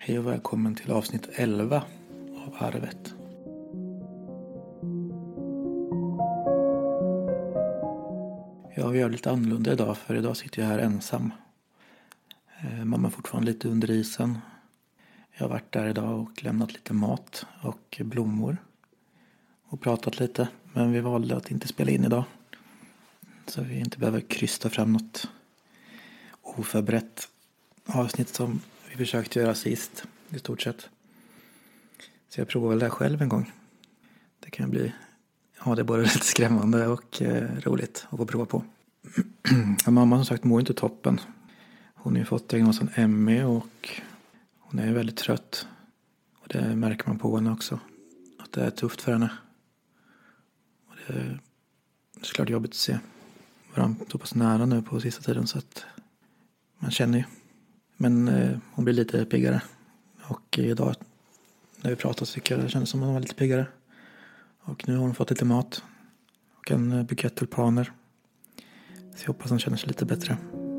Hej och välkommen till avsnitt 11 av Arvet. Jag gör lite annorlunda idag, för idag sitter jag här ensam. Mamma är fortfarande lite under isen. Jag har varit där idag och lämnat lite mat och blommor. Och pratat lite, men vi valde att inte spela in idag. Så vi inte behöver krysta fram något oförberett avsnitt som vi försökte göra sist, i stort sett. Så jag provar väl det själv en gång. Det kan bli, det är både lite skrämmande och roligt att få prova på. Mamma som sagt mår inte toppen. Hon har ju fått diagnosen ME och hon är väldigt trött. Och det märker man på henne också. Att det är tufft för henne. Och det är såklart jobbigt att se varandra så pass nära nu på sista tiden, så att man känner ju. Men hon blir lite piggare. Och idag när vi pratar så tycker jag det känns som att hon var lite piggare. Och nu har hon fått lite mat. Och en bukett tulpaner. Så jag hoppas hon känner sig lite bättre.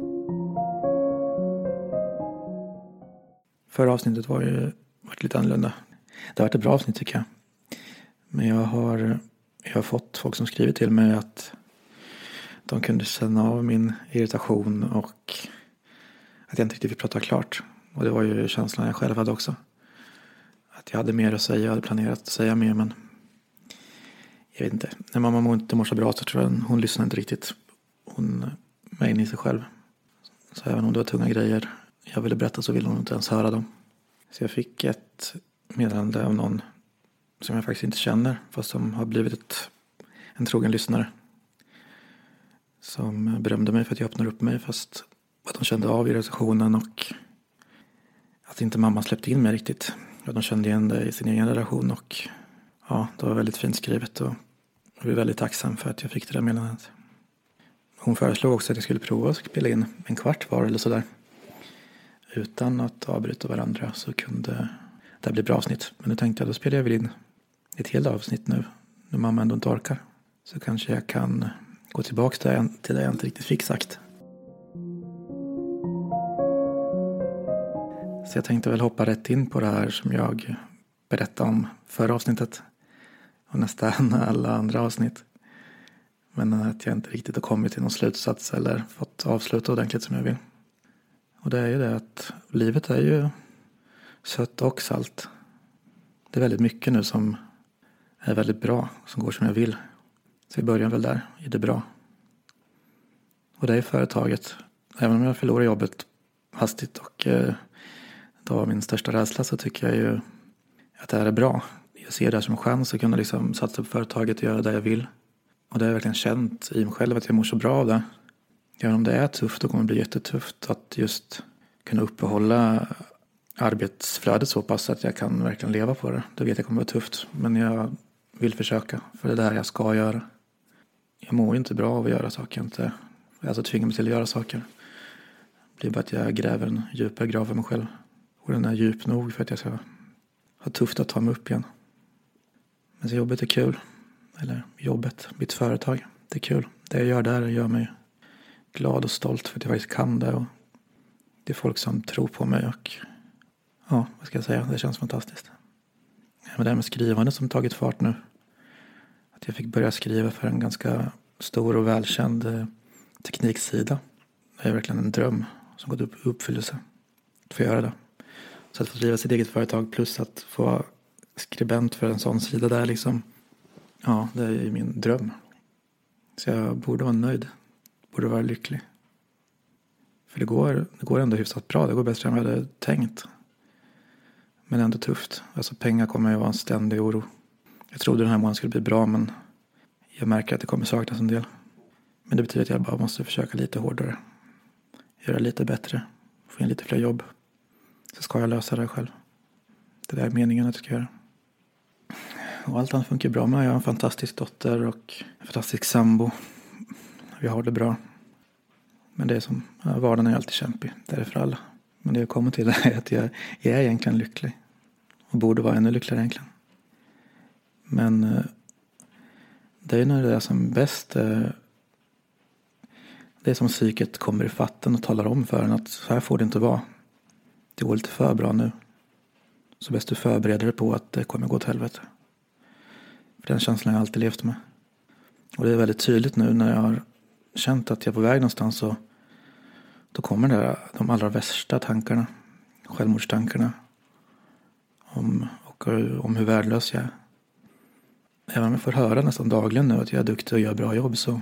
Förra avsnittet var ju varit lite annorlunda. Det har varit ett bra avsnitt tycker jag. Men jag har fått folk som skriver till mig att de kunde känna av min irritation och att jag inte riktigt fick prata klart. Och det var ju känslan jag själv hade också. Att jag hade mer att säga, jag hade planerat att säga mer, men jag vet inte. När mamma inte mår så bra så tror jag hon lyssnar inte riktigt. Hon är inne i sig själv. Så även om det var tunga grejer jag ville berätta så ville hon inte ens höra dem. Så jag fick ett meddelande av någon som jag faktiskt inte känner, fast som har blivit en trogen lyssnare. Som berömde mig för att jag öppnar upp mig, fast att de kände av irritationen och att inte mamma släppte in mig riktigt. Att de kände igen det i sin egen relation, och ja, det var väldigt fint skrivet och jag blev väldigt tacksam för att jag fick det där meddelandet. Hon föreslog också att jag skulle prova att spela in en kvart var eller sådär. Utan att avbryta varandra, så kunde det bli bra avsnitt. Men nu tänkte jag, då spelar jag väl in ett helt avsnitt nu. När mamma ändå inte orkar. Så kanske jag kan gå tillbaka till det jag inte riktigt fick sagt. Så jag tänkte väl hoppa rätt in på det här som jag berättade om förra avsnittet. Och nästan alla andra avsnitt. Men att jag inte riktigt har kommit till någon slutsats eller fått avsluta ordentligt som jag vill. Och det är ju det att livet är ju sött och salt. Det är väldigt mycket nu som är väldigt bra, som går som jag vill. Så vi börjar väl där, i det bra. Och det är företaget. Även om jag förlorar jobbet hastigt och det var min största rädsla, så tycker jag ju att det här är bra. Jag ser det här som en chans att kunna liksom satsa på företaget och göra det jag vill. Och det har jag verkligen känt i mig själv att jag mår så bra av det. Även om det är tufft och kommer bli jättetufft att just kunna uppehålla arbetsflödet så pass att jag kan verkligen leva på det. Det vet jag kommer vara tufft, men jag vill försöka, för det är det här jag ska göra. Jag mår inte bra av att göra saker, jag tvingar mig till att göra saker. Det blir bara att jag gräver en djupare grav för mig själv. Och den är djup nog för att jag ska ha tufft att ta mig upp igen. Men så jobbet är kul. Eller jobbet, mitt företag, det är kul. Det jag gör där gör mig glad och stolt för att jag faktiskt kan det. Och det är folk som tror på mig och ja, vad ska jag säga, det känns fantastiskt. Men det här med skrivande som tagit fart nu. Att jag fick börja skriva för en ganska stor och välkänd tekniksida. Det är verkligen en dröm som gått upp i uppfyllelse. Att få göra det. Så att få driva sitt eget företag plus att få vara skribent för en sån sida där liksom. Ja, det är ju min dröm. Så jag borde vara nöjd. Borde vara lycklig. För det går ändå hyfsat bra. Det går bättre än vad jag hade tänkt. Men ändå tufft. Alltså pengar kommer ju vara en ständig oro. Jag trodde den här månaden skulle bli bra, men jag märker att det kommer saknas en del. Men det betyder att jag bara måste försöka lite hårdare. Göra lite bättre. Få in lite fler jobb. Så ska jag lösa det själv. Det där är meningen att jag ska göra. Och allt annat funkar bra med. Jag har en fantastisk dotter och en fantastisk sambo. Vi har det bra. Men det är som, vardagen är alltid kämpig. Det är det för alla. Men det jag kommer till är att jag är egentligen lycklig. Och borde vara ännu lyckligare egentligen. Men det är när det är som bäst. Det är som psyket kommer i fatten och talar om för en att så här får det inte vara. Det går lite för bra nu. så bäst du förbereder dig på att det kommer gå åt helvete. För den känslan har jag alltid levt med. Och det är väldigt tydligt nu när jag har känt att jag är på väg någonstans, så då kommer de allra värsta tankarna. Självmordstankarna. Om hur värdelös jag är. Även om jag får höra nästan dagligen nu att jag är duktig och gör bra jobb, så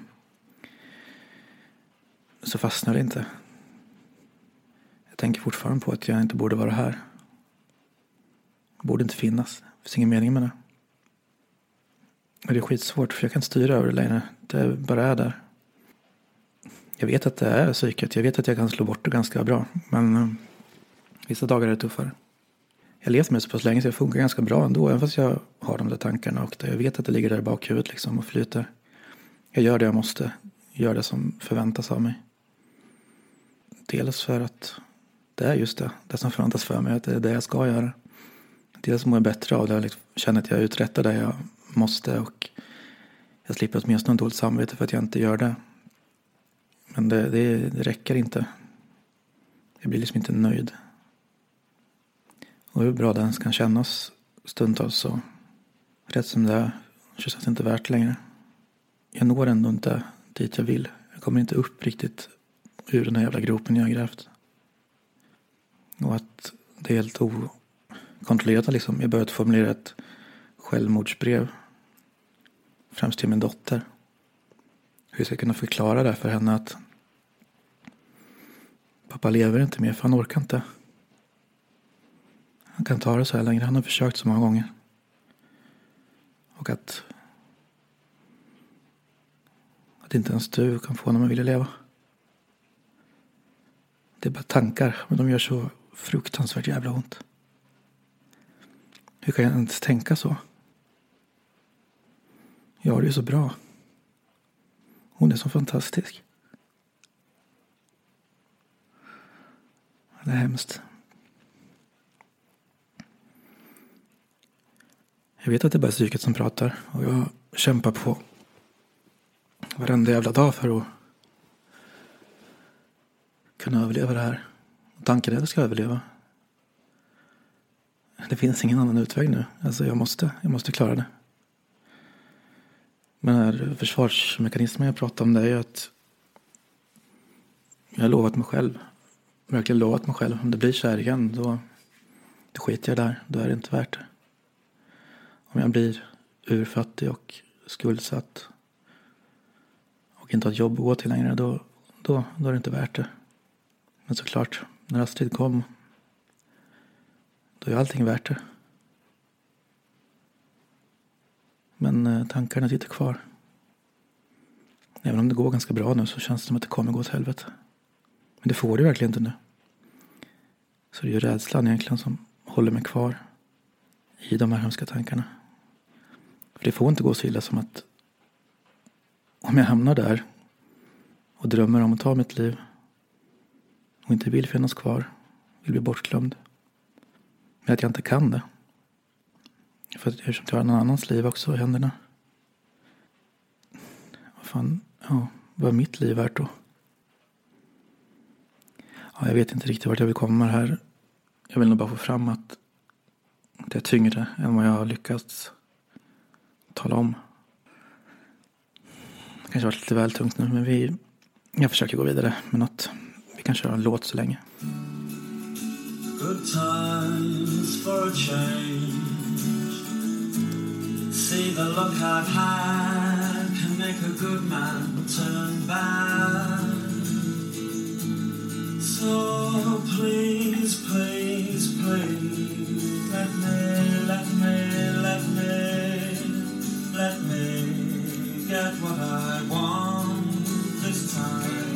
fastnar det inte. Jag tänker fortfarande på att jag inte borde vara här. Borde inte finnas. Det finns ingen mening med det. Och det är skitsvårt, för jag kan inte styra över det längre. Det bara är där. Jag vet att det är psyket. Jag vet att jag kan slå bort det ganska bra. Men vissa dagar är det tuffare. Jag har levt med det så pass länge så det funkar ganska bra ändå. Även fast jag har de där tankarna och jag vet att det ligger där i bakhuvudet liksom och flyter. Jag gör det jag måste. Gör det som förväntas av mig. Dels för att det är just det som förväntas för mig. Att det är det jag ska göra. Dels mår jag bättre av det. Jag känner att jag uträttar det jag måste. Och jag slipper åtminstone dåligt samvete för att jag inte gör det. Men det räcker inte. Jag blir liksom inte nöjd. Och hur bra den kan kännas stundtals, så rätt som det är känns det inte värt längre. Jag når ändå inte dit jag vill. Jag kommer inte upp riktigt ur den här jävla gropen jag har grävt. Och att det är helt okontrollerat liksom. Jag börjat formulera ett självmordsbrev. Främst till min dotter. Hur jag ska kunna förklara det för henne att pappa lever inte mer för han orkar inte. Han kan ta det så här längre. Han har försökt så många gånger. Och att inte ens du kan få honom att vilja leva. Det är bara tankar. Men de gör så fruktansvärt jävla ont. Hur kan jag inte tänka så? Ja, det är så bra. Hon är så fantastisk. Det är hemskt. Jag vet att det är bara psyket som pratar. Och jag kämpar på varenda jävla dag för att kunna överleva det här. Och tanken är att jag ska överleva. Det finns ingen annan utväg nu. Alltså jag måste klara det. Men den här försvarsmekanismen jag pratar om, det är ju att jag har lovat mig själv. Verkligen lovat mig själv. Om det blir kär igen, då skiter jag där. Då är det inte värt det. Om jag blir urfattig och skuldsatt och inte har ett jobb att gå till längre, då är det inte värt det. Men såklart, när Astrid kom, då är allting värt det. Men tankarna sitter kvar. Även om det går ganska bra nu så känns det som att det kommer gå åt helvete. Men det får det verkligen inte nu. Så det är ju rädslan egentligen som håller mig kvar i de här hemska tankarna. För det får inte gå så illa som att om jag hamnar där och drömmer om att ta mitt liv och inte vill finnas kvar, vill bli bortglömd, men att jag inte kan det. För att jag har någon annans liv också i händerna. Vad är mitt liv värt då? Ja, jag vet inte riktigt vart jag vill komma här. Jag vill nog bara få fram att det är tyngre än vad jag har lyckats tala om. Det kanske har varit lite väl tungt nu, men jag försöker gå vidare med något. Vi kan köra en låt så länge. Good times for a change. See the look I've had can make a good man turn bad. So please, please, please, let me get what I want this time.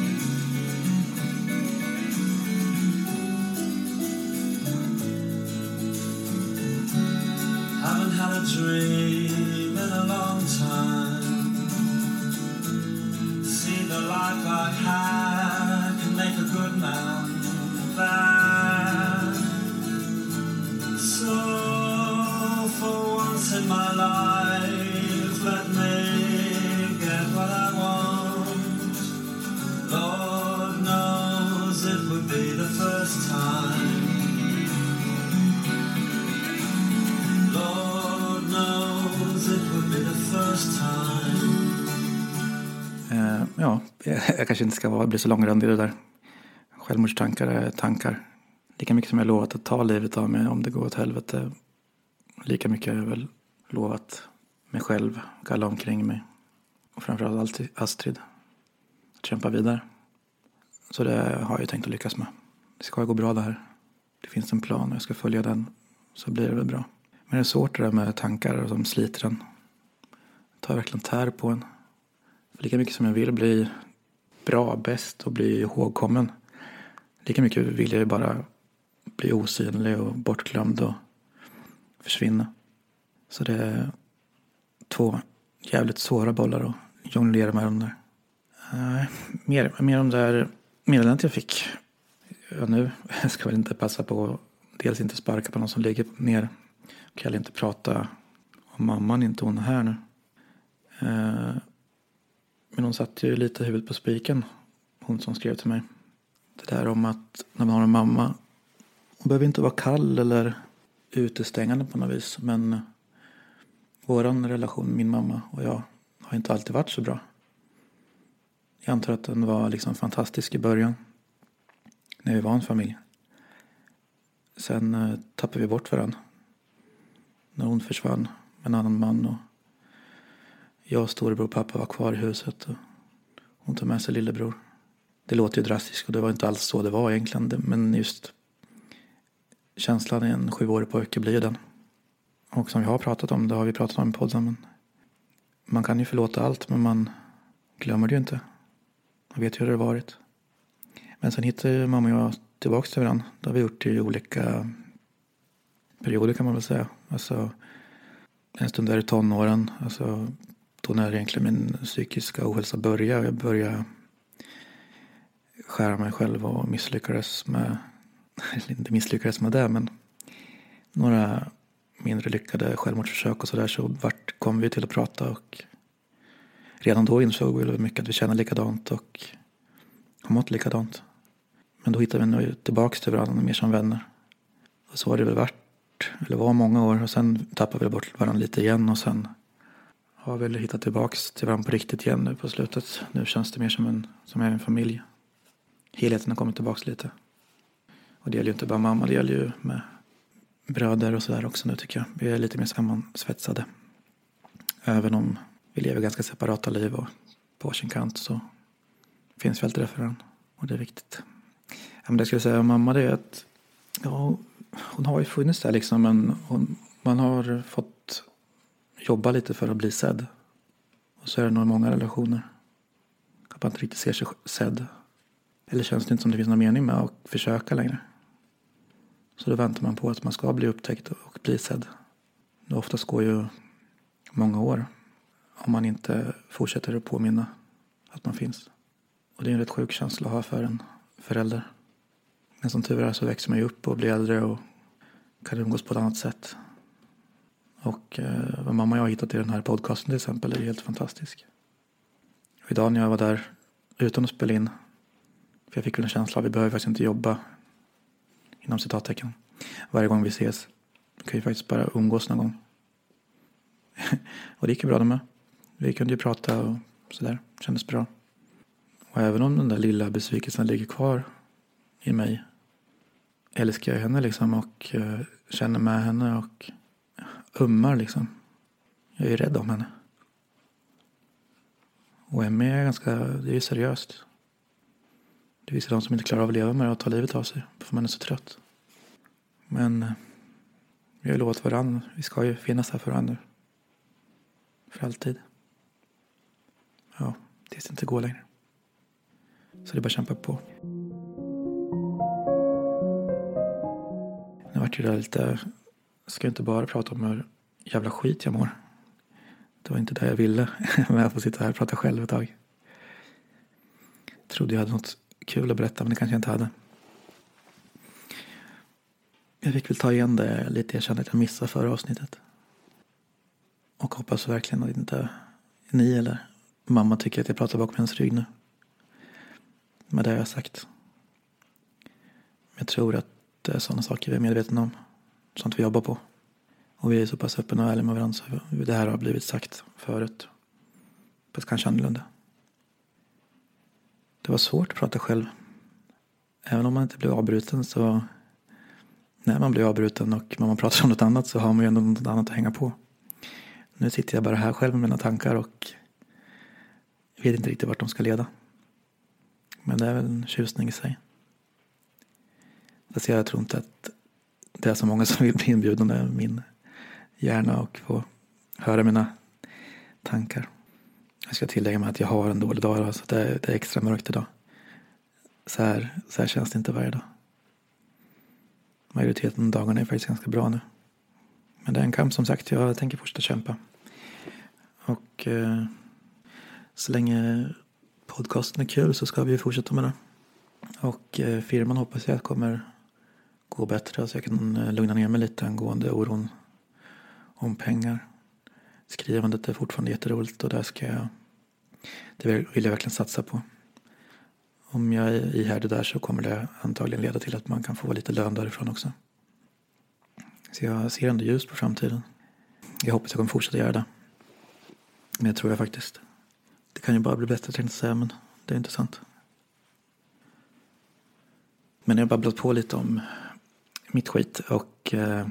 Haven't had a dream in a long time. See the life I had can make a good man bad. So for once in my life, let me get what I want. Lord knows it would be the first time. ja, jag kanske inte ska bli så långrandig i det där. Självmordstankar är tankar. Lika mycket som jag lovat att ta livet av mig om det går åt helvete. Lika mycket har jag väl lovat mig själv och alla omkring mig. Och framförallt alltid Astrid. Att kämpa vidare. Så det har jag tänkt att lyckas med. Det ska gå bra det här. Det finns en plan och jag ska följa den. Så blir det väl bra. Men det är svårt det där med tankar som sliter en. Det tar verkligen tär på en. För lika mycket som jag vill bli bra, bäst och bli ihågkommen. Lika mycket vill jag ju bara bli osynlig och bortglömd och försvinna. Så det är 2 jävligt svåra bollar att jonglera med de där. Mer om det där meddelandet jag fick. Ja, nu ska jag väl inte passa på dels inte sparka på någon som ligger ner. Och heller inte prata om mamman, inte hon är här nu. Men hon satte ju lite huvudet på spiken. Hon som skrev till mig. Det där om att när man har en mamma. Hon behöver inte vara kall eller utestängande på något vis. Men våran relation, min mamma och jag, har inte alltid varit så bra. Jag antar att den var liksom fantastisk i början. När vi var en familj. Sen tappade vi bort varandra. När hon försvann med en annan man. Och jag, storebror och pappa var kvar i huset. Och hon tog med sig lillebror. Det låter ju drastiskt och det var inte alls så det var egentligen. Men just känslan i en 7-årig pojke blir den. Och som vi har pratat om, det har vi pratat om i podden. Man kan ju förlåta allt men man glömmer det ju inte. Man vet ju hur det har varit. Men sen hittar ju mamma och jag tillbaka till varandra. Det har vi gjort i olika perioder kan man väl säga. Alltså en stund där i tonåren. Alltså då när egentligen min psykiska ohälsa började. Jag började skära mig själv och misslyckades med, inte misslyckades med det, men några mindre lyckade självmordsförsök och sådär, så kom vi till att prata och redan då insåg vi mycket att vi känner likadant och har mått likadant. Men då hittade vi nu tillbaka till varandra mer som vänner. Och så har det väl varit, eller var många år, och sen tappade vi bort varandra lite igen och sen har vi hittat tillbaka till varandra på riktigt igen nu på slutet. Nu känns det mer som en familj. Helheten har kommit tillbaka lite. Och det gäller ju inte bara mamma, det gäller ju med bröder och sådär också nu tycker jag. Vi är lite mer sammansvetsade. Även om vi lever ganska separata liv och på sin kant så finns vi alltid där för varandra. Och det är viktigt. Ja, men det jag skulle säga om mamma det är att ja, hon har ju funnits där liksom, men man har fått jobba lite för att bli sedd. Och så är det nog många relationer. Att man inte riktigt ser sig sedd. Eller känns det inte som det finns någon mening med att försöka längre. Så då väntar man på att man ska bli upptäckt och bli sedd. Det oftast går ju många år om man inte fortsätter att påminna att man finns. Och det är en rätt sjuk känsla att ha för en förälder. Men som tur är så växer man ju upp och blir äldre och kan umgås på ett annat sätt. Och vad mamma och jag har hittat i den här podcasten till exempel är helt fantastisk. Och idag när jag var där utan att spela in, för jag fick väl en känsla av att vi behöver faktiskt inte jobba inom citattecken varje gång vi ses. Vi kan ju faktiskt bara umgås någon gång. Och det gick ju bra det med. Vi kunde ju prata och sådär. Kändes bra. Och även om den där lilla besvikelsen ligger kvar i mig, älskar jag henne liksom och känner med henne och ömmar liksom. Jag är rädd om henne. Och Emmy är det är ju seriöst. Det visar de som inte klarar av att leva med det och ta livet av sig. För man är så trött. Men vi har lovat varandra. Vi ska ju finnas här för varandra. För alltid. Ja, tills det inte går längre. Så det är bara att kämpa på. Nu vart det lite... Jag ska inte bara prata om hur jävla skit jag mår. Det var inte det jag ville. Men jag får sitta här och prata själv ett tag. Jag trodde jag hade något kul att berätta, men det kanske jag inte hade. Jag fick väl ta igen det lite. Jag kände att jag missade förra avsnittet. Och hoppas verkligen att inte ni eller mamma tycker att jag pratar bakom hennes rygg nu. Med det jag har sagt. Jag tror att det är sådana saker vi är medvetna om. Sånt vi jobbar på. Och vi är så pass öppna och ärliga med varandra så det här har blivit sagt förut. Fast kanske annorlunda. Det var svårt att prata själv. Även om man inte blev avbruten, så när man blir avbruten och man pratar om något annat, så har man ju ändå något annat att hänga på. Nu sitter jag bara här själv med mina tankar och vet inte riktigt vart de ska leda. Men det är väl en tjusning i sig. Fast jag tror inte att det är så många som vill bli inbjudna i min hjärna och få höra mina tankar. Jag ska tillägga mig att jag har en dålig dag idag, så det är extra mörkt idag. Så här känns det inte varje dag. Majoriteten av dagarna är faktiskt ganska bra nu. Men det är en kamp, som sagt. Jag tänker fortsätta kämpa. Och så länge podcasten är kul så ska vi fortsätta med det. Och firman hoppas jag kommer gå bättre, så jag kan lugna ner mig lite angående oron om pengar. Skrivandet är fortfarande jätteroligt, och det vill jag verkligen satsa på. Om jag är ihärdig där så kommer det antagligen leda till att man kan få lite lön därifrån också. Så jag ser ändå ljus på framtiden. Jag hoppas jag kommer fortsätta göra det. Men jag tror jag faktiskt. Det kan ju bara bli bättre, tänkte jag säga, men det är inte sant. Men jag har babblat på lite om mitt skit, och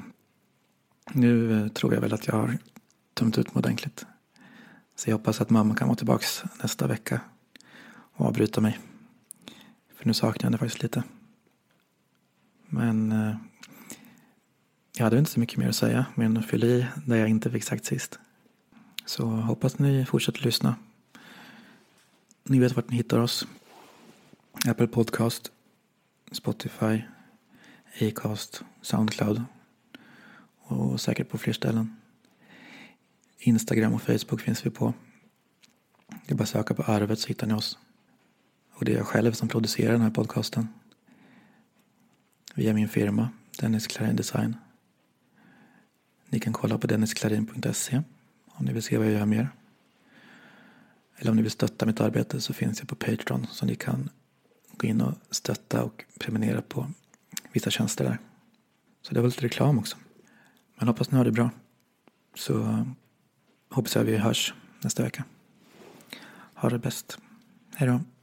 nu tror jag väl att jag har tömt ut mig ordentligt. Så jag hoppas att mamma kan vara tillbaks nästa vecka och avbryta mig. För nu saknar jag det faktiskt lite. Men jag hade inte så mycket mer att säga, men fyll i där jag inte fick sagt sist. Så hoppas ni fortsätter lyssna. Ni vet vart ni hittar oss. Apple Podcast, Spotify, Acast, Soundcloud och säkert på fler ställen. Instagram och Facebook finns vi på. Det är bara att söka på Arvet så hittar ni oss. Och det är jag själv som producerar den här podcasten. Via min firma, Dennis Klarin Design. Ni kan kolla på dennisklarin.se om ni vill se vad jag gör mer. Eller om ni vill stötta mitt arbete så finns jag på Patreon, så ni kan gå in och stötta och prenumerera på vissa tjänster där. Så det var lite reklam också. Men hoppas ni har det bra. Så hoppas jag vi hörs nästa vecka. Ha det bäst. Hej då.